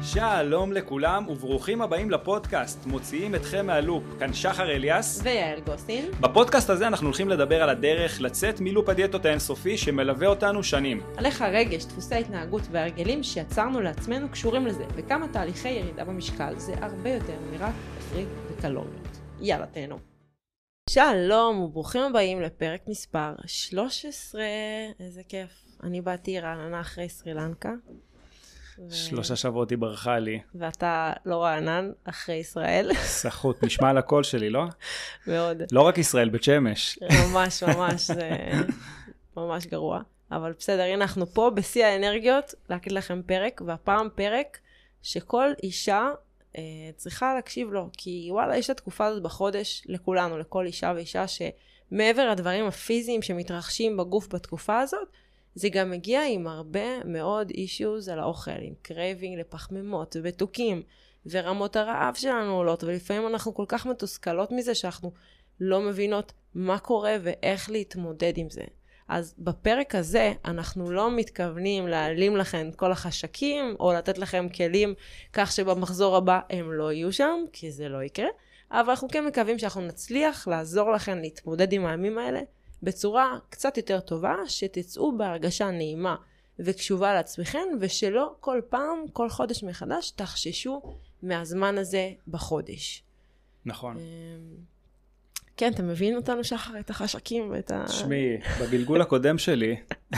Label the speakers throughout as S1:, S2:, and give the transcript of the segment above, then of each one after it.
S1: שלום לכולם וברוכים הבאים לפודקאסט, מוציאים אתכם מהלופ. כאן שחר אליאס
S2: ויעל גוסין.
S1: בפודקאסט הזה אנחנו הולכים לדבר על הדרך לצאת מלופ הדיאטות האינסופי שמלווה אותנו שנים.
S2: על איך הרגש, דפוסי התנהגות והרגלים שיצרנו לעצמנו קשורים לזה, וכמה תהליכי ירידה במשקל זה הרבה יותר מרק תפריט וקלוריות. יאללה תהנו. שלום וברוכים הבאים לפרק מספר 13. איזה כיף. אני באתי רעננה אחרי סרילנקה.
S1: 3 שבועות היא ברחה לי.
S2: ואתה לא רענן אחרי ישראל.
S1: סחוט, נשמע על הקול שלי, לא?
S2: מאוד.
S1: לא רק ישראל, בית שמש.
S2: ממש, זה ממש גרוע. אבל בסדר, הנה אנחנו פה בשיא האנרגיות להקליט לכם פרק, והפעם פרק שכל אישה צריכה להקשיב לו, כי וואלה, יש את התקופה הזאת בחודש לכולנו, לכל אישה ואישה, שמעבר לדברים הפיזיים שמתרחשים בגוף בתקופה הזאת, זה גם מגיע עם הרבה מאוד אישיוז על האוכל, עם קרייבינג לפחמימות ובתוקים, ורמות הרעב שלנו עולות, ולפעמים אנחנו כל כך מתוסכלות מזה שאנחנו לא מבינות מה קורה ואיך להתמודד עם זה. אז בפרק הזה אנחנו לא מתכוונים להעלים לכם כל החשקים, או לתת לכם כלים כך שבמחזור הבא הם לא יהיו שם, כי זה לא יקרה, אבל אנחנו כן מקווים שאנחנו נצליח לעזור לכם להתמודד עם הימים האלה, בצורה קצת יותר טובה, שתצאו בהרגשה נעימה וקשובה לעצמכם, ושלא כל פעם, כל חודש מחדש, תחששו מהזמן הזה בחודש.
S1: נכון.
S2: כן, אתה מבין אותנו שחר, את החשקים ואת
S1: שמי, בגלגול הקודם שלי,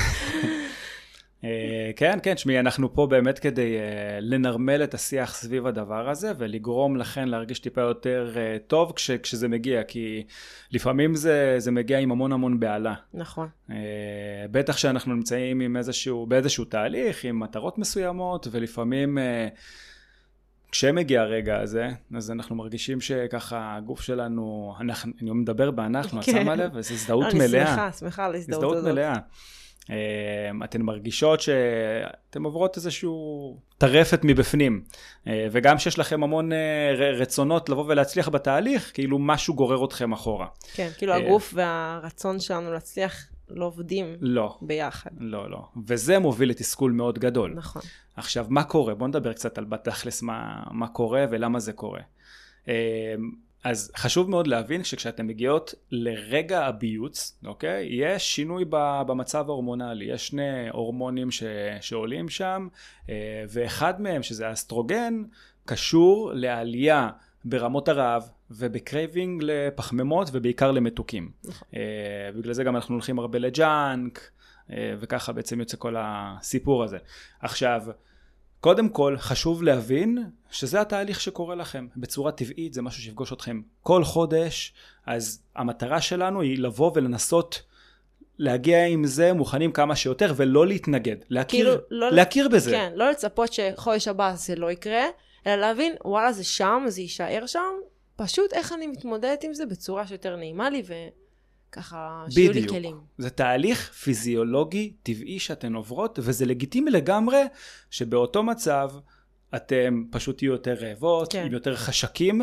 S1: כן, שמי, אנחנו פה באמת כדי לנרמל את השיח סביב הדבר הזה, ולגרום לכן להרגיש טיפה יותר טוב כשזה מגיע, כי לפעמים זה מגיע עם המון בעלה.
S2: נכון.
S1: בטח שאנחנו נמצאים באיזשהו תהליך, עם מטרות מסוימות, ולפעמים כשמגיע הרגע הזה, אז אנחנו מרגישים שככה הגוף שלנו, אני מדבר באנחנו, את שמה לב, וזו הזדהות מלאה.
S2: אני שמחה על הזדהות הזאת.
S1: מלאה. אתן מרגישות שאתן עוברות איזשהו טרפת מבפנים, וגם שיש לכם המון רצונות לבוא ולהצליח בתהליך, כאילו משהו גורר אתכם אחורה.
S2: כן, כאילו הגוף והרצון שלנו להצליח לא עובדים ביחד.
S1: לא. וזה מוביל לתסכול מאוד גדול.
S2: נכון.
S1: עכשיו, מה קורה? בואו נדבר קצת על בתכלס מה קורה ולמה זה קורה. אז חשוב מאוד להבין שכשאתם מגיעות לרגע הביוץ, אוקיי? יש שינוי במצב ההורמונלי, יש 2 הורמונים שעולים שם, ואחד מהם, שזה האסטרוגן, קשור לעלייה ברמות הרעב ובקרייבינג לפחמימות ובעיקר למתוקים. נכון. בגלל זה גם אנחנו הולכים הרבה לג'אנק, וככה בעצם יוצא כל הסיפור הזה. עכשיו, קודם כל, חשוב להבין שזה התהליך שקורה לכם. בצורה טבעית, זה משהו שיפגוש אתכם כל חודש, אז המטרה שלנו היא לבוא ולנסות להגיע עם זה מוכנים כמה שיותר, ולא להתנגד, להכיר בזה.
S2: כן, לא לצפות שחודש הבא זה לא יקרה, אלא להבין, וואלה זה שם, זה יישאר שם, פשוט איך אני מתמודדת עם זה בצורה שיותר נעימה לי ככה שיהיו לי כלים.
S1: זה תהליך פיזיולוגי טבעי שאתן עוברות, וזה לגיטימי לגמרי שבאותו מצב אתם פשוט תהיו יותר רעבות, עם יותר חשקים,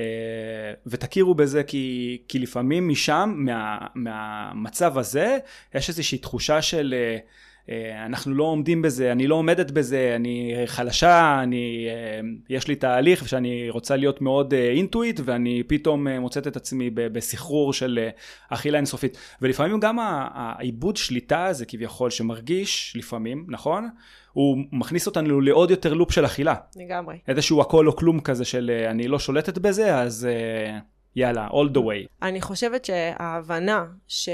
S1: ותכירו בזה כי לפעמים משם, מהמצב הזה, יש איזושהי תחושה של אנחנו לא עומדים בזה, אני לא עומדת בזה, אני חלשה, יש לי תהליך שאני רוצה להיות מאוד אינטואיט, ואני פתאום מוצאת את עצמי בסחרור של אכילה אינסופית. ולפעמים גם העיבוד שליטה הזה כביכול שמרגיש לפעמים, נכון? הוא מכניס אותנו לעוד יותר לופ של אכילה.
S2: לגמרי.
S1: איזשהו הכל או כלום כזה של אני לא שולטת בזה, אז יאללה, all the way.
S2: אני חושבת שההבנה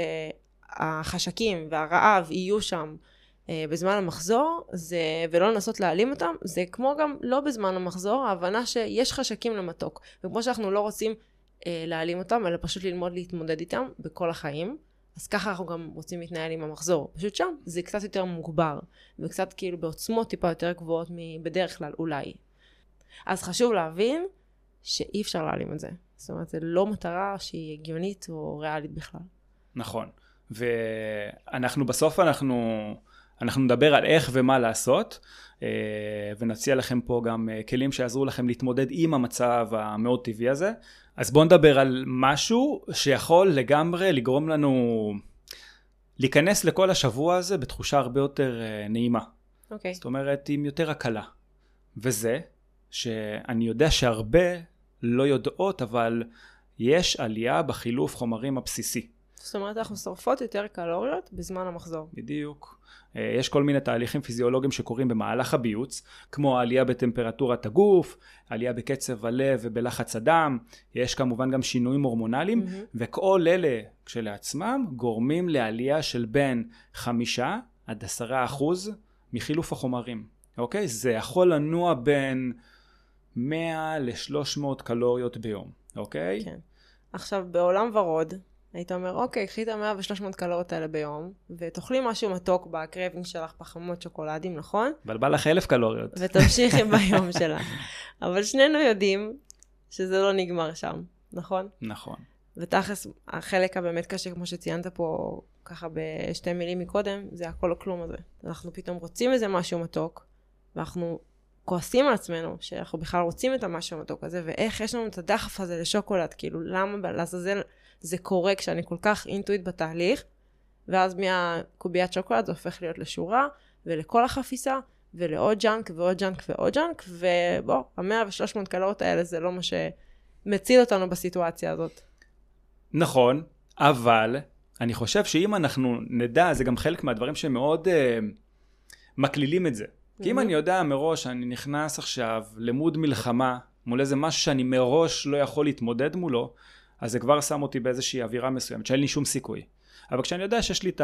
S2: שהחשקים והרעב יהיו שם, בזמן המחזור, ולא לנסות להעלים אותם, זה כמו גם לא בזמן המחזור, ההבנה שיש חשקים למתוק. וכמו שאנחנו לא רוצים להעלים אותם, אלא פשוט ללמוד להתמודד איתם בכל החיים, אז ככה אנחנו גם רוצים להתנהל עם המחזור. פשוט שם זה קצת יותר מוגבר, וקצת כאילו בעוצמות טיפה יותר גבוהות מבדרך כלל אולי. אז חשוב להבין שאי אפשר להעלים את זה. זאת אומרת, זה לא מטרה שהיא הגיונית או ריאלית בכלל.
S1: נכון. ואנחנו בסוף אנחנו נדבר על איך ומה לעשות, ונציע לכם פה גם כלים שיעזרו לכם להתמודד עם המצב המאוד טבעי הזה. אז בואו נדבר על משהו שיכול לגמרי לגרום לנו להיכנס לכל השבוע הזה בתחושה הרבה יותר נעימה.
S2: אוקיי.
S1: זאת אומרת, עם יותר הקלה. וזה שאני יודע שהרבה לא יודעות, אבל יש עלייה בחילוף חומרים הבסיסי.
S2: זאת אומרת, אנחנו שורפות יותר קלוריות בזמן המחזור.
S1: בדיוק. יש כל מיני תהליכים פיזיולוגיים שקורים במהלך הביוץ, כמו העלייה בטמפרטורת הגוף, עלייה בקצב הלב ובלחץ הדם, יש כמובן גם שינויים הורמונליים, וכל אלה כשלעצמם גורמים לעלייה של בין 5-10% מחילוף החומרים. אוקיי? זה יכול לנוע בין 100 ל-300 קלוריות ביום. אוקיי?
S2: כן. עכשיו, בעולם ורוד, היית אומר, אוקיי, קחי את 100 ו-300 קלוריות האלה ביום, ותאכלי משהו מתוק בקרבינג שלך, פחמות שוקולדים, נכון?
S1: אבל בא לך 1,000 קלוריות.
S2: ותמשיכי ביום שלך. אבל שנינו יודעים שזה לא נגמר שם, נכון?
S1: נכון.
S2: ותכלס, החלק הבאמת קשה, כמו שציינת פה, ככה בשתי מילים מקודם, זה הכל או כלום הזה. אנחנו פתאום רוצים איזה משהו מתוק, ואנחנו כועסים על עצמנו, שאנחנו בכלל רוצים את המשהו המתוק הזה, ואיך יש לנו את הדחף הזה לשוקולד, כאילו, למה לעזאזל זה קורה כשאני כל כך אינטואיט בתהליך, ואז מהקוביית שוקולד זה הופך להיות לשורה, ולכל החפיסה, ולעוד ג'אנק ועוד ג'אנק ועוד ג'אנק, ובוא, 100 ו-300 קלוריות האלה זה לא מה שמציל אותנו בסיטואציה הזאת.
S1: נכון, אבל אני חושב שאם אנחנו נדע, זה גם חלק מהדברים שמאוד מקלילים את זה. כי אם אני יודע מראש שאני נכנס עכשיו למוד מלחמה, מול איזה משהו שאני מראש לא יכול להתמודד מולו, אז זה כבר שם אותי באיזושהי אווירה מסוימת, שאין לי שום סיכוי. אבל כשאני יודע שיש לי את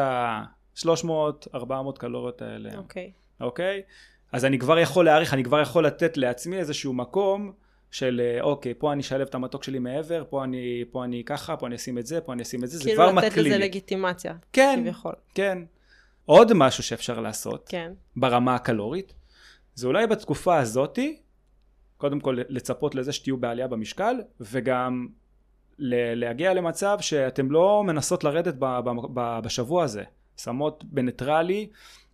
S1: ה-300-400 קלוריות האלה, אוקיי? אז אני כבר יכול להעריך, אני כבר יכול לתת לעצמי איזשהו מקום של, אוקיי, פה אני אשלב את המתוק שלי מעבר, פה אני ככה, פה אני אשים את זה, פה אני אשים את זה, זה כבר מקליל.
S2: כאילו לתת לזה לגיטימציה.
S1: כן, כן. עוד משהו שאפשר לעשות,
S2: כן.
S1: ברמה הקלורית, זה אולי בתקופה הזאת, קודם כל לצפות לזה שתהיו בעלייה במשקל, וגם להגיע למצב שאתם לא מנסות לרדת בשבוע הזה, שמות בניטרלי,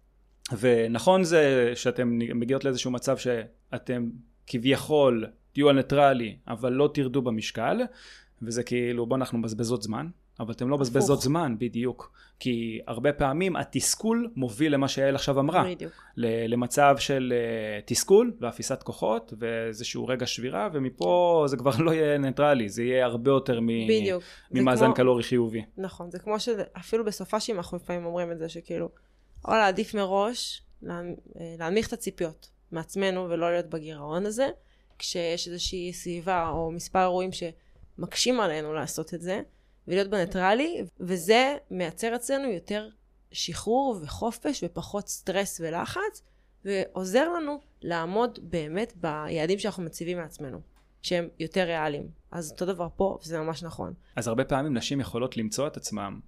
S1: ונכון זה שאתם מגיעות לאיזשהו מצב שאתם כביכול תהיו על ניטרלי, אבל לא תרדו במשקל, וזה כאילו בוא אנחנו מבזבזות זמן, אבל אתם לא מבזבזות זמן בדיוק, כי הרבה פעמים התסכול מוביל למה שיעל עכשיו אמרה, למצב של תסכול ואפיסת כוחות ואיזשהו רגע שבירה, ומפה זה כבר לא יהיה ניטרלי, זה יהיה הרבה יותר ממאזן קלורי חיובי.
S2: נכון, זה כמו שאפילו בסופ"שים אנחנו לפעמים אומרים את זה, שכאילו, או להעדיף מראש, להנמיך את הציפיות מעצמנו ולא להיות בגירעון הזה, כשיש איזושהי סביבה או מספר אירועים שמקשים עלינו לעשות את זה, ולהיות בניטרלי, וזה מייצר אצלנו יותר שחרור וחופש ופחות סטרס ולחץ, ועוזר לנו לעמוד באמת ביעדים שאנחנו מציבים לעצמנו, שהם יותר ריאליים. אז אותו דבר פה, וזה ממש נכון.
S1: אז הרבה פעמים נשים יכולות למצוא את עצמם,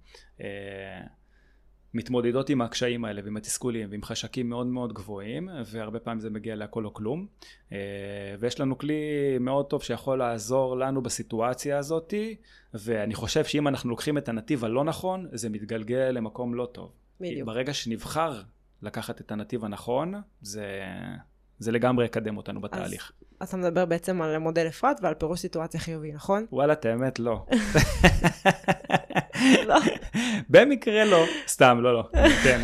S1: מתמודדות עם הקשיים האלה ועם התסכולים ועם חשקים מאוד מאוד גבוהים, והרבה פעמים זה מגיע להכל או כלום, ויש לנו כלי מאוד טוב שיכול לעזור לנו בסיטואציה הזאת, ואני חושב שאם אנחנו לוקחים את הנתיב הלא נכון, זה מתגלגל למקום לא טוב.
S2: בדיוק.
S1: ברגע שנבחר לקחת את הנתיב הנכון, זה לגמרי יקדם אותנו בתהליך.
S2: אז אתה מדבר בעצם על מודל אפרת ועל פירוש סיטואציה חיובי, נכון?
S1: וואלה, תאמת לא.
S2: לא.
S1: במקרה לא. סתם, לא. כן.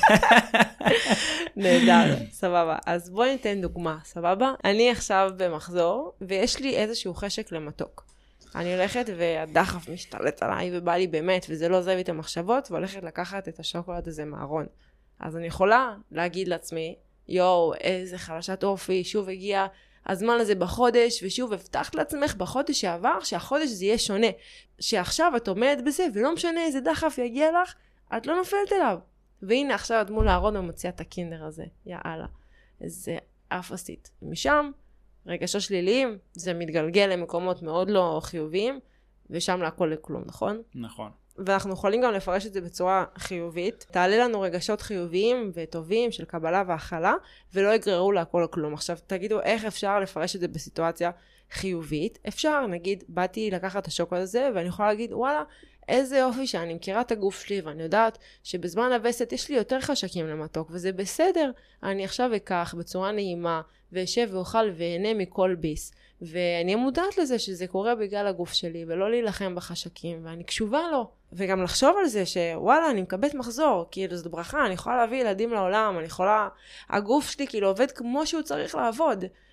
S2: נהדר, סבבה. אז בואי ניתן דוגמה, סבבה? אני עכשיו במחזור, ויש לי איזשהו חשק למתוק. אני הולכת והדחף משתלט עליי, ובא לי באמת, וזה לא עוזב לי את המחשבות, והולכת לקחת את השוקולד הזה מהארון. אז אני יכולה להגיד לעצמי, יואו, איזה חלשת אופי, שוב הגיע הזמן הזה בחודש, ושוב הבטחת לעצמך בחודש שעבר, שהחודש זה יהיה שונה. שעכשיו את עומדת בזה, ולא משנה איזה דחף יגיע לך, את לא נופלת אליו. והנה עכשיו את מול הארון ומוציאה את הקינדר הזה. יאללה. זה אף עשית. משם, רגשות שליליים, זה מתגלגל למקומות מאוד לא חיוביים, ושם להכל לכלום, נכון?
S1: נכון.
S2: ואנחנו יכולים גם לפרש את זה בצורה חיובית. תעלה לנו רגשות חיוביים וטובים של קבלה והכלה, ולא יגררו להכל או כלום. עכשיו תגידו איך אפשר לפרש את זה בסיטואציה חיובית. אפשר, נגיד, באתי לקחת את השוקולד הזה, ואני יכולה להגיד, וואלה, איזה יופי שאני מכירה את הגוף שלי, ואני יודעת שבזמן הווסת יש לי יותר חשקים למתוק, וזה בסדר. אני עכשיו אקח בצורה נעימה, ואשב ואוכל ואהנה מכל ביס. ואני מודעת לזה שזה קורה בגלל הגוף שלי, ולא להילחם בחשקים, ואני קשובה לו. וגם לחשוב על זה שוואלה, אני מקבלת מחזור, כאילו זאת ברכה, אני יכולה להביא ילדים לעולם, הגוף שלי כאילו עובד כמו שהוא צריך לעבוד.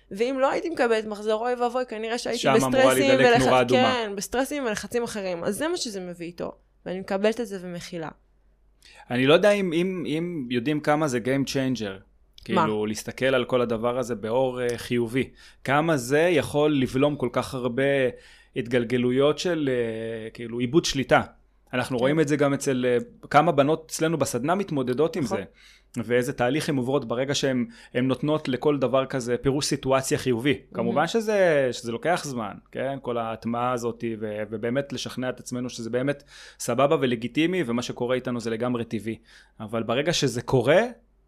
S2: ואם לא הייתי מקבלת מחזור, אוי ואבוי, כנראה שהייתי
S1: שם אמורה להידלק נורה אדומה.
S2: כן, בסטרסים ולחצים אחרים. אז זה מה שזה מביא איתו, ואני מקבלת את זה ומכילה.
S1: אני לא יודע אם יודעים כמה זה game changer. כאילו, להסתכל על כל הדבר הזה באור חיובי. כמה זה יכול לבלום כל כך הרבה התגלגלויות של כאילו איבוד שליטה. אנחנו רואים את זה גם אצל כמה בנות אצלנו בסדנה מתמודדות עם זה. ואיזה תהליך הן עוברות ברגע שהן נותנות לכל דבר כזה פירוש סיטואציה חיובי. כמובן שזה לוקח זמן, כן? כל ההטמעה הזאת, ובאמת לשכנע את עצמנו שזה באמת סבבה ולגיטימי, ומה שקורה איתנו זה לגמרי טבעי. אבל ברגע שזה קורה,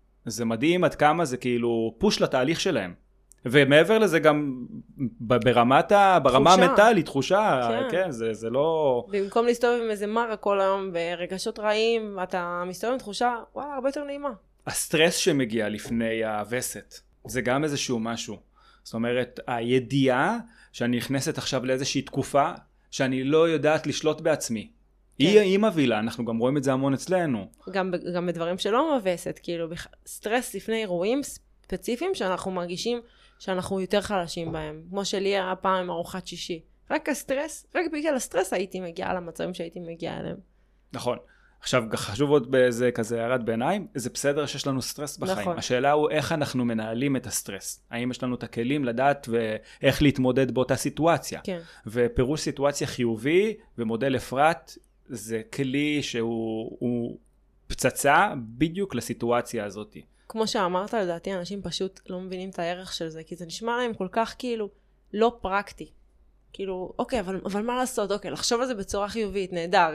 S1: זה מדהים עד כמה זה כאילו פוש לתהליך שלהם. ומעבר לזה גם ברמה המנטלית, תחושה, כן, זה לא...
S2: במקום להסתובב עם איזה מרה כל היום ברגשות רעים, אתה מסתובב עם תחושה, וואלה, הרבה יותר נעימה.
S1: הסטרס שמגיע לפני הווסת, זה גם איזשהו משהו. זאת אומרת, הידיעה שאני נכנסת עכשיו לאיזושהי תקופה, שאני לא יודעת לשלוט בעצמי. היא מבהילה, אנחנו גם רואים את זה המון אצלנו.
S2: גם בדברים שלא מבסת, כאילו, סטרס לפני אירועים ספציפיים שאנחנו מרגישים שאנחנו יותר חלשים בהם. כמו שלי היה פעם עם ארוחת שישי. רק בגלל הסטרס הייתי מגיעה למצבים שהייתי מגיעה אליהם.
S1: נכון. עכשיו, חשוב עוד באיזה כזה הערת ביניים, זה בסדר שיש לנו סטרס בחיים. נכון. השאלה הוא איך אנחנו מנהלים את הסטרס. האם יש לנו את הכלים לדעת ואיך להתמודד באותה סיטואציה.
S2: כן.
S1: ופירוש סיטואציה חיובי ומודל אפרת, זה כלי שהוא פצצה בדיוק לסיטואציה הזאת.
S2: כמו שאמרת, לדעתי אנשים פשוט לא מבינים את הערך של זה, כי זה נשמע להם כל כך כאילו לא פרקטי. כאילו, אוקיי, אבל מה לעשות? אוקיי, לחשוב על זה בצורה חיובית, נהדר,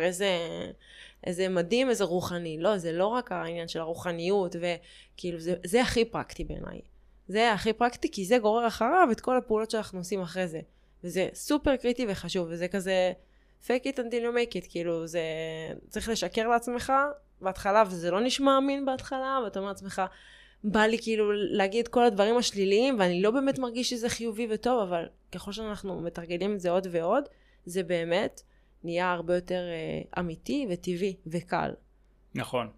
S2: איזה מדהים, איזה רוחני. לא, זה לא רק העניין של הרוחניות, וכאילו, זה הכי פרקטי בעיניי. זה הכי פרקטי, כי זה גורר אחריו את כל הפעולות שאנחנו עושים אחרי זה. וזה סופר קריטי וחשוב, וזה כזה fake it until you make it, כאילו, זה צריך לשקר לעצמך בהתחלה, וזה לא נשמע אמין בהתחלה, ואתה אומר לעצמך, בא לי כאילו להגיד כל הדברים השליליים, ואני לא באמת מרגיש שזה חיובי וטוב, אבל ככל שאנחנו מתרגלים את זה עוד ועוד, זה באמת נהיה הרבה יותר אמיתי וטבעי וקל.
S1: נכון.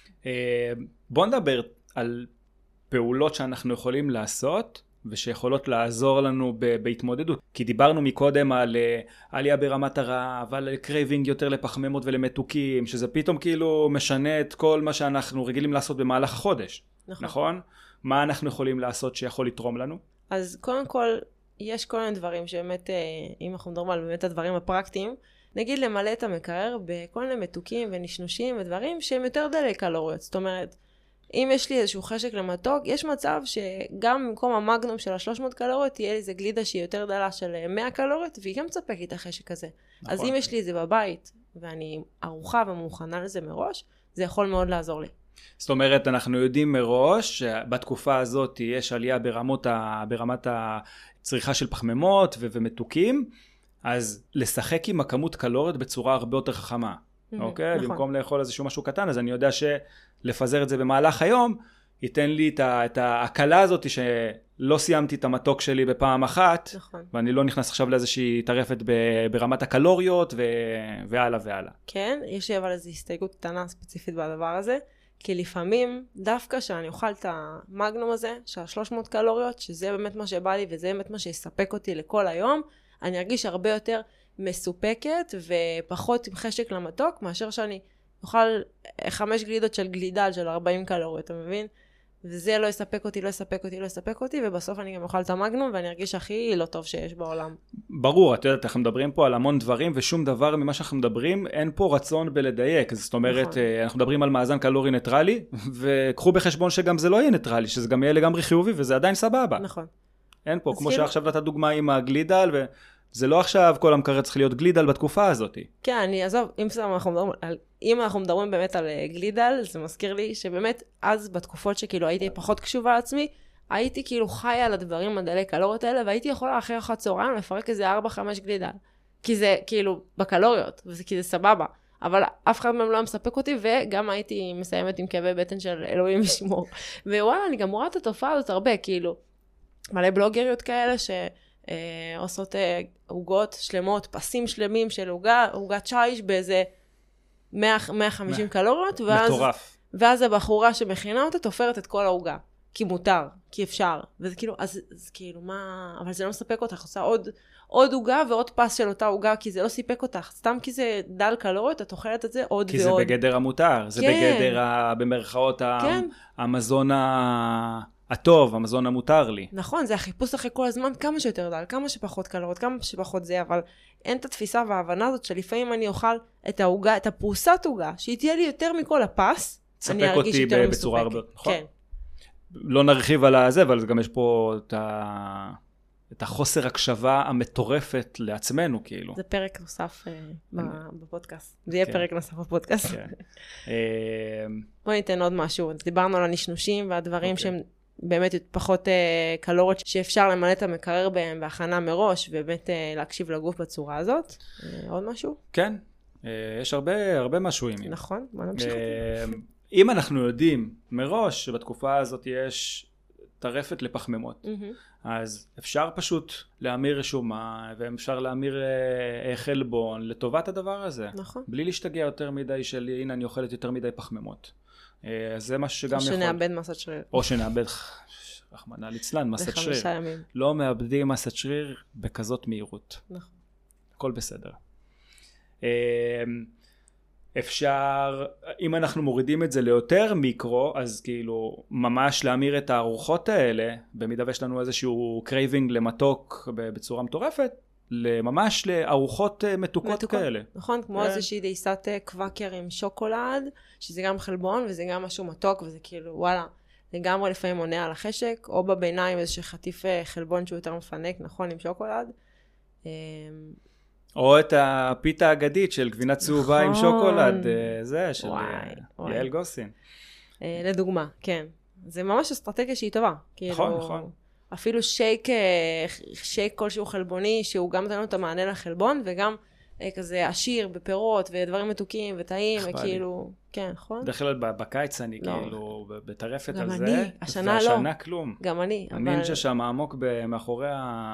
S1: בוא נדבר על פעולות שאנחנו יכולים לעשות, ושיכולות לעזור לנו בהתמודדות. כי דיברנו מקודם על עלייה ברמת הרעב, על קרייבינג יותר לפחמימות ולמתוקים, שזה פתאום כאילו משנה את כל מה שאנחנו רגילים לעשות במהלך החודש. נכון? מה אנחנו יכולים לעשות שיכול לתרום לנו?
S2: אז קודם כל, יש כל מיני דברים שבאמת, אם אנחנו מדברים על באמת הדברים הפרקטיים, נגיד למלא את המקרר בכל מיני מתוקים ונשנושים ודברים שהם יותר דלי קלוריות. זאת אומרת, אם יש לי איזשהו חשק למתוק, יש מצב שגם במקום המגנום של ה-300 קלוריות, תהיה לי איזה גלידה שהיא יותר דלה של 100 קלוריות, והיא גם תספק לי את החשק הזה. נכון. אז אם יש לי את זה בבית, ואני ערוכה ומוכנה לזה מראש, זה יכול מאוד לעזור לי.
S1: זאת אומרת, אנחנו יודעים מראש שבתקופה הזאת יש עלייה ברמת הצריכה של פחמימות ומתוקים, אז לשחק עם הכמות קלוריות בצורה הרבה יותר חכמה. אוקיי? נכון. במקום לאכול איזשהו משהו קטן, אז אני יודע שלפזר את זה במהלך היום, ייתן לי את ההקלה הזאת שלא סיימתי את המתוק שלי בפעם אחת, נכון. ואני לא נכנס עכשיו לאיזושהי טרפת ברמת הקלוריות והלאה והלאה.
S2: כן, יש לי אבל איזו הסתייגות קטנה ספציפית בדבר הזה, כי לפעמים דווקא שאני אוכל את המגנום הזה, של 300 קלוריות, שזה באמת מה שבא לי וזה באמת מה שיספק אותי לכל היום, אני ארגיש הרבה יותר מסופקת ופחות עם חשק למתוק, מאשר שאני אוכל 5 גלידות של גלידל של 40 קלוריות, אתה מבין? וזה לא יספק אותי, ובסוף אני גם אוכל את המגנום, ואני ארגיש הכי לא טוב שיש בעולם.
S1: ברור, את יודעת, אנחנו מדברים פה על המון דברים, ושום דבר ממה שאנחנו מדברים, אין פה רצון בלדייק. זאת אומרת, נכון. אנחנו מדברים על מאזן קלורי ניטרלי, וקחו בחשבון שגם זה לא יהיה ניטרלי, שזה גם יהיה לגמרי חיובי, וזה עדיין סבבה.
S2: נכון.
S1: אין פה, כמו שעכשיו נתת דוגמה עם הגלידל, זה לא עכשיו כל המקרר צריך להיות גלידל בתקופה הזאת.
S2: כן, אני עזוב, אם אנחנו מדברים באמת על גלידל, זה מזכיר לי שבאמת אז בתקופות שכאילו הייתי פחות קשובה לעצמי, הייתי כאילו חיה על הדברים הדלי קלוריות האלה, והייתי יכולה אחרי אחת צהריים לפרק איזה 4-5 גלידל. כי זה כאילו בקלוריות, כי זה סבבה. אבל אף אחד מהם לא מספק אותי, וגם הייתי מסיימת עם כאבי בטן של אלוהים ישמור. ווואלה, אני גם רואה את התופעה הזאת הרבה, כאילו, מלא בלוגריות כאלה עושות עוגות שלמות, פסים שלמים של עוגת שיש באיזה 150 קלוריות, ואז הבחורה שמכינה אותה תופרת את כל העוגה. כי מותר, כי אפשר, וזה כאילו, אז כאילו מה, אבל זה לא מספק אותך, עושה עוד עוגה ועוד פס של אותה עוגה, כי זה לא סיפק אותך, סתם כי זה דל קלוריות, את אוכלת את זה עוד
S1: כי
S2: ועוד.
S1: כי זה בגדר המותר, זה בגדר, במרכאות, המזון הטוב, המזון המותר לי.
S2: נכון, זה החיפוש אחרי כל הזמן, כמה שיותר דל, כמה שפחות קלוריות, כמה שפחות זה, אבל אין את התפיסה וההבנה הזאת, שלפעמים אני אוכל את העוגה, את הפרוסת עוגה, שהיא תהיה לי יותר מכל הפס, אני ארגיש יותר
S1: בצורה הרבה,
S2: מסופקת.
S1: נכון?
S2: כן.
S1: לא נרחיב על זה, אבל גם יש פה את החוסר הקשבה המטורפת לעצמנו, כאילו.
S2: זה פרק נוסף בפודקאסט. זה יהיה פרק נוסף בפודקאסט. בוא ניתן עוד משהו. דיברנו על הנשנושים והדברים שהם באמת פחות קלוריות, שאפשר למלא את המקרר בהם בהכנה מראש, ובאמת להקשיב לגוף בצורה הזאת. עוד משהו?
S1: כן. יש הרבה משהו עם.
S2: נכון, בוא נמשיך.
S1: אם אנחנו יודעים מראש שבתקופה הזאת יש טרפת לפחמימות, אז אפשר פשוט להמיר שומה, ואפשר להמיר חלבון לטובת הדבר הזה.
S2: נכון.
S1: בלי להשתגע יותר מדי של, הנה אני אוכלת יותר מדי פחמימות. אז זה מה שגם יכול.
S2: או שנאבד מסת שריר.
S1: או שנאבד, רחמנא ליצלן, מסת שריר.
S2: ב5 ימים.
S1: לא מאבדים מסת שריר בכזאת מהירות.
S2: נכון.
S1: הכל בסדר. אפשר, אם אנחנו מורידים את זה ליותר מיקרו, אז כאילו ממש להמיר את הארוחות האלה, במידה ויש לנו איזשהו קרייבינג למתוק בצורה מטורפת, ממש לארוחות מתוקות כאלה.
S2: נכון, כמו איזושהי דייסת קוואקר עם שוקולד, שזה גם חלבון וזה גם משהו מתוק, וזה כאילו וואלה, לגמרי לפעמים עונה על החשק, או בביניים איזשהו חטיף חלבון שהוא יותר מפנק, נכון, עם שוקולד.
S1: או את הפיתה האגדית של גבינה צהובה עם שוקולד, זה של יעל גוסין.
S2: לדוגמה, כן. זה ממש אסטרטגיה שהיא טובה.
S1: נכון.
S2: אפילו שייק כלשהו חלבוני, שהוא גם נותן את המענה לחלבון, וגם כזה עשיר בפירות ודברים מתוקים וטעים, וכאילו, כן, נכון?
S1: דרך כלל בקיץ אני כאילו בטרפת על זה.
S2: גם אני, השנה לא.
S1: והשנה כלום.
S2: גם אני.
S1: הנינג'ה שם עמוק מאחורי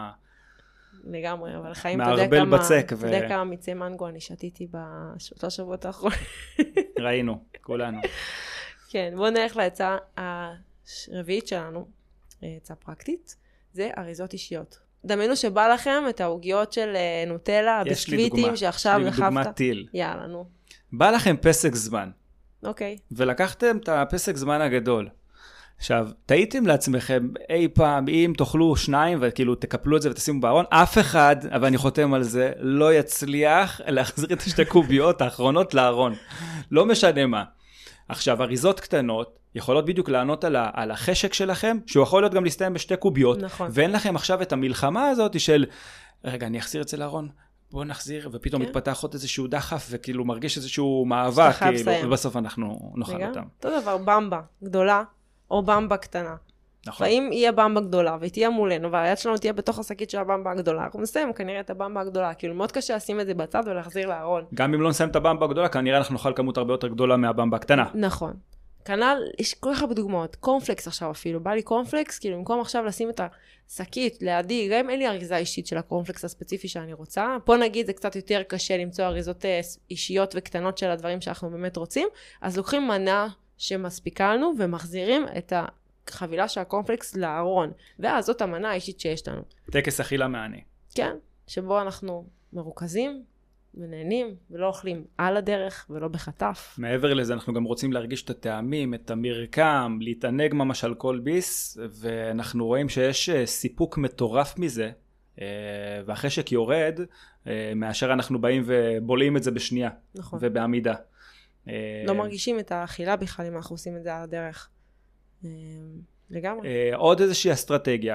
S2: לגמרי, אבל חיים,
S1: מערבל בצק.
S2: אתה יודע כמה מיצי מנגו אני שתיתי בשלושה שבועות האחרונים.
S1: ראינו, כולנו.
S2: כן, בואו נלך לעצה הרביעית שלנו, עצה פרקטית, זה אריזות אישיות. דמיינו שבא לכם את העוגיות של נוטלה, ביסקוויטים שעכשיו
S1: יש לי דוגמה טיל.
S2: יאללה, נו.
S1: בא לכם פסק זמן.
S2: אוקיי.
S1: ולקחתם את הפסק זמן הגדול. עכשיו, תהיתם לעצמכם אי פעם, אם תאכלו 2 וכאילו תקפלו את זה ותשימו בארון, אף אחד, אבל אני חותם על זה, לא יצליח להחזיר את 2 קוביות האחרונות לארון. לא משנה מה. עכשיו, אריזות קטנות יכולות בדיוק לענות על החשק שלכם, שהוא יכול להיות גם להסתיים ב2 קוביות,
S2: נכון.
S1: ואין לכם עכשיו את המלחמה הזאת של, רגע, אני אחזיר את זה לארון, בואו נחזיר, ופתאום מתפתח עוד איזשהו דחף, וכאילו מרגיש איזשהו מאבק, כאילו, ובסוף אנחנו נאכל אותם.
S2: אותו דבר, במבה גדולה, או במבה קטנה.
S1: נכון.
S2: ואם יהיה במבה גדולה, והיא תהיה מולנו, והיד שלנו תהיה בתוך השקית של הבמבה הגדולה, אנחנו נסיים כנראה את הבמבה הגדולה, כאילו מאוד קשה לשים את זה בצד ולהחזיר לארון.
S1: גם אם לא נסיים את הבמבה הגדולה, כנראה אנחנו נאכל כמות הרבה יותר גדולה מהבמבה הקטנה.
S2: נכון. כנ"ל, יש כל כך הרבה דוגמאות, קורנפלקס עכשיו אפילו, בא לי קורנפלקס, כאילו במקום עכשיו לשים את השקית לידי, גם אם אין לי אריזה אישית של הקורנפלקס הספציפי שאני רוצה, פה נגיד זה קצת יותר קשה למצוא אריזות אישיות וקטנות של הדברים שאנחנו באמת רוצים, אז לוקחים מנה שמספיקה לנו ומחזירים את החבילה של הקורנפלקס לארון, ואז זאת המנה האישית שיש לנו.
S1: טקס אכילה מעני.
S2: כן, שבו אנחנו מרוכזים ונהנים ולא אוכלים על הדרך ולא בחטף.
S1: מעבר לזה אנחנו גם רוצים להרגיש את הטעמים, את המרקם, להתענג ממש על כל ביס, ואנחנו רואים שיש סיפוק מטורף מזה, והחשק יורד, מאשר אנחנו באים ובולעים את זה בשנייה.
S2: נכון.
S1: ובעמידה.
S2: לא מרגישים את האכילה בכלל אם אנחנו עושים את זה על הדרך. לגמרי.
S1: עוד איזושהי אסטרטגיה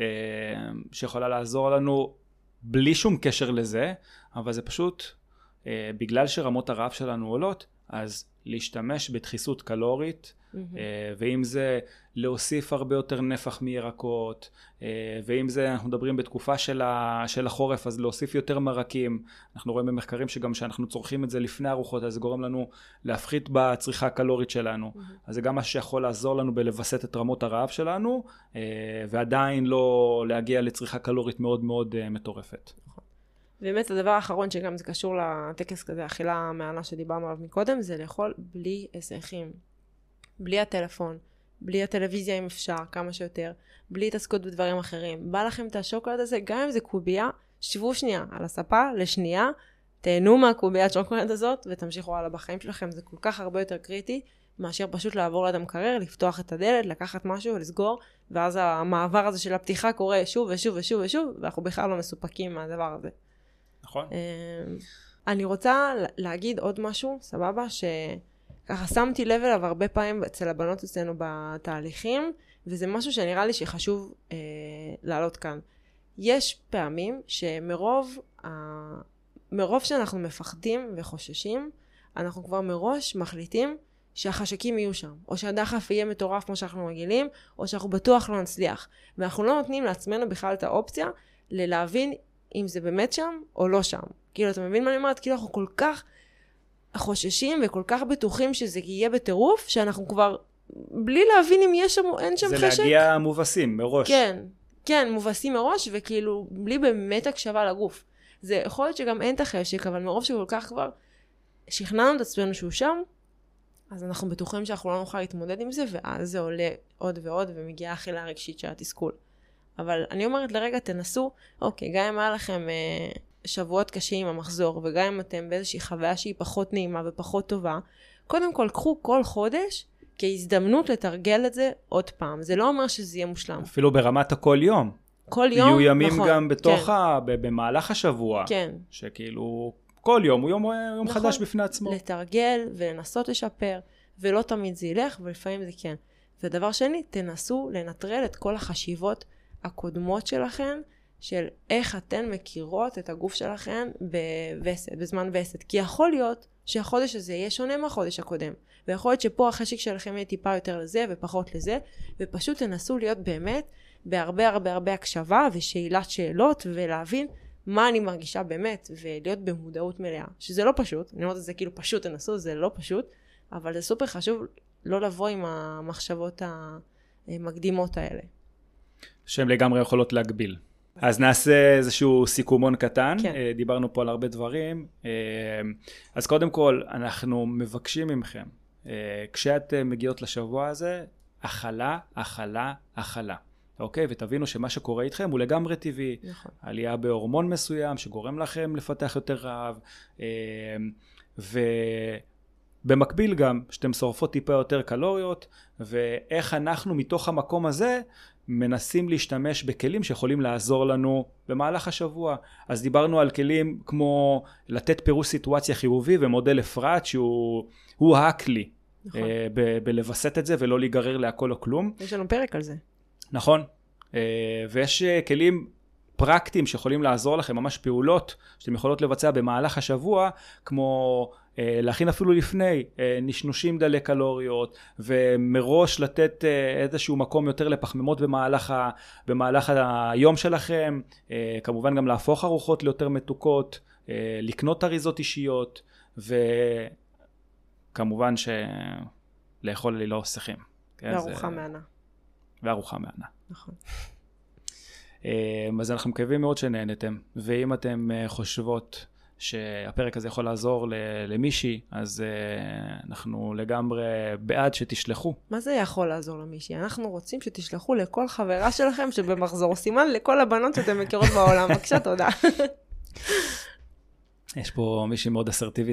S1: שיכולה לעזור לנו בלי שום קשר לזה, אבל זה פשוט בגלל שרמות הרעב שלנו עולות, אז להשתמש בדחיסות קלורית, ואם זה להוסיף הרבה יותר נפח מירקות, ואם זה אנחנו מדברים בתקופה של החורף, אז להוסיף יותר מרקים. אנחנו רואים במחקרים שגם שאנחנו צורכים את זה לפני ארוחות, אז זה גורם לנו להפחית בצריכה הקלורית שלנו. אז זה גם מה שיכול לעזור לנו בלווסת את רמות הרעב שלנו, ועדיין לא להגיע לצריכה קלורית מאוד מאוד מטורפת.
S2: באמת הדבר האחרון שגם זה קשור לטקס כזה, אכילה מענה שדיברנו עליו מקודם, זה לאכול בלי הסכים, בלי הטלפון, בלי הטלוויזיה אם אפשר, כמה שיותר, בלי התעסקות בדברים אחרים. בא לכם את השוקולד הזה, גם אם זה קובייה, שבו שנייה על הספה לשנייה, תהנו מהקוביית שוקולד הזאת, ותמשיכו הלאה בחיים שלכם. זה כל כך הרבה יותר קריטי, מאשר פשוט לעבור ליד המקרר, לפתוח את הדלת, לקחת משהו ולסגור, ואז המעבר הזה של הפתיחה קורה שוב ושוב ושוב ושוב, ואנחנו בכלל לא מסופקים מהדבר הזה.
S1: נכון.
S2: אני רוצה להגיד עוד משהו, סבבה, שככה שמתי לב אליו הרבה פעמים אצל הבנות אצלנו בתהליכים, וזה משהו שנראה לי שחשוב לעלות כאן. יש פעמים שמרוב שאנחנו מפחדים וחוששים, אנחנו כבר מראש מחליטים שהחשקים יהיו שם, או שהדחף יהיה מטורף כמו שאנחנו רגילים, או שאנחנו בטוח לא נצליח. ואנחנו לא נותנים לעצמנו בכלל את האופציה ללהבין אם זה באמת שם או לא שם. כאילו, אתה מבין מה אני אומרת? כאילו, אנחנו כל כך חוששים וכל כך בטוחים שזה יהיה בטירוף, שאנחנו כבר, בלי להבין אם יש שם או אין שם חשק.
S1: זה להגיע מובסים מראש.
S2: כן, מובסים מראש, וכאילו, בלי באמת הקשבה לגוף. זה יכול להיות שגם אין את החשק, אבל מרוב שכל כך כבר שכנענו את עצמנו שהוא שם, אז אנחנו בטוחים שאנחנו לא נוכל להתמודד עם זה, ואז זה עולה עוד ועוד, ומגיעה אכילה רגשית של התסכול. אבל אני אומרת לרגע, תנסו, אוקיי, גם אם היה לכם שבועות קשים עם המחזור, וגם אם אתם באיזושהי חוויה שהיא פחות נעימה ופחות טובה, קודם כל, קחו כל חודש כהזדמנות לתרגל את זה עוד פעם. זה לא אומר שזה יהיה מושלם.
S1: אפילו ברמת הכל יום.
S2: כל יום,
S1: יהיו ימים
S2: נכון,
S1: גם בתוך
S2: כן.
S1: במהלך השבוע.
S2: כן.
S1: שכאילו, כל יום הוא יום נכון, חדש בפני עצמו.
S2: לתרגל ולנסות לשפר, ולא תמיד זה ילך, ולפעמים זה כן. ודבר שני, תנסו לנטרל את כל החשיבות הקודמות שלכם, של איך אתן מכירות את הגוף שלכם בזמן וסת. כי יכול להיות שהחודש הזה יהיה שונה מהחודש הקודם. ויכול להיות שפה החשק שלכם יהיה טיפה יותר לזה ופחות לזה, ופשוט תנסו להיות באמת בהרבה הרבה הרבה הקשבה ושאלת שאלות, ולהבין מה אני מרגישה באמת, ולהיות במודעות מלאה. שזה לא פשוט, אני אומרת את זה כאילו פשוט תנסו, זה לא פשוט, אבל זה סופר חשוב לא לבוא עם המחשבות המקדימות האלה.
S1: שהן לגמרי יכולות להגביל. אז נעשה איזשהו סיכומון קטן,
S2: כן.
S1: דיברנו פה על הרבה דברים. אז קודם כל, אנחנו מבקשים ממכם, כשאת מגיעות לשבוע הזה, הכלה, הכלה, הכלה. אוקיי? ותבינו שמה שקורה איתכם הוא לגמרי טבעי.
S2: נכון.
S1: עלייה בהורמון מסוים שגורם לכם לפתח יותר רעב, ובמקביל גם שאתם שורפות טיפה יותר קלוריות, ואיך אנחנו מתוך המקום הזה מנסים להשתמש בכלים שיכולים לעזור לנו במהלך השבוע. אז דיברנו על כלים כמו לתת פירוש סיטואציה חיובי ומודל אפרת שהוא הכלי. נכון. בלבסט את זה ולא להיגרר להכל או כלום.
S2: יש לנו פרק על זה.
S1: נכון, ויש כלים פרקטיים שיכולים לעזור לכם, ממש פעולות שאתם יכולות לבצע במהלך השבוע, כמו להכין אפילו לפני נשנושים דלי קלוריות, ומראש לתת איזשהו מקום יותר לפחמימות במהלך היום שלכם, כמובן גם להפוך ארוחות ליותר מתוקות, לקנות אריזות אישיות, וכמובן שלאכול ללא שיחים.
S2: וארוחה מענה.
S1: וארוחה מענה.
S2: נכון.
S1: אז אנחנו מקווים מאוד שנהנתם, ואם אתם חושבות שהפרק הזה יכול לעזור למישהי, אז אנחנו לגמרי בעד שתשלחו.
S2: מה זה יכול לעזור למישהי? אנחנו רוצים שתשלחו לכל חברה שלכם שבמחזור, סימן לכל הבנות שאתם מכירות בעולם. בבקשה, תודה. יש
S1: פה מישהי מאוד אסרטיבית.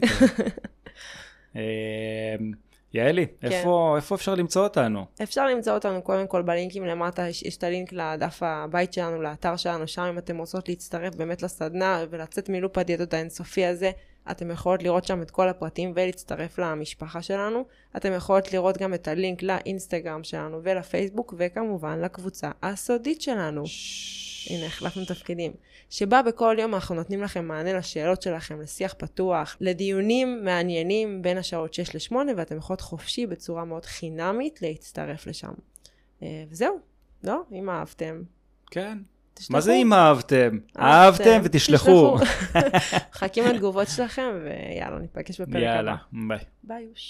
S1: יעלי, איפה אפשר למצוא אותנו?
S2: אפשר למצוא אותנו קודם כל בלינקים למטה, יש את הלינק לדף הבית שלנו, לאתר שלנו, שם אם אתם רוצות להצטרף באמת לסדנה ולצאת מלופ הדיאטות האינסופי הזה, אתם יכולות לראות שם את כל הפרטים ולהצטרף למשפחה שלנו. אתם יכולות לראות גם את הלינק לאינסטגרם שלנו ולפייסבוק, וכמובן לקבוצה הסודית שלנו. הנה, החלפנו תפקידים. שבה בכל יום אנחנו נותנים לכם מענה לשאלות שלכם, לשיח פתוח, לדיונים מעניינים בין השעות 6 ל-8, ואתם יכולות חופשי בצורה מאוד חינמית להצטרף לשם. וזהו, לא? אם אהבתם.
S1: כן.
S2: תשלחו.
S1: מה זה אם אהבתם? אהבתם ותשלחו.
S2: חכים לתגובות שלכם, ויאללה, ניפגש בפרק הבא.
S1: יאללה, ביי.
S2: ביי.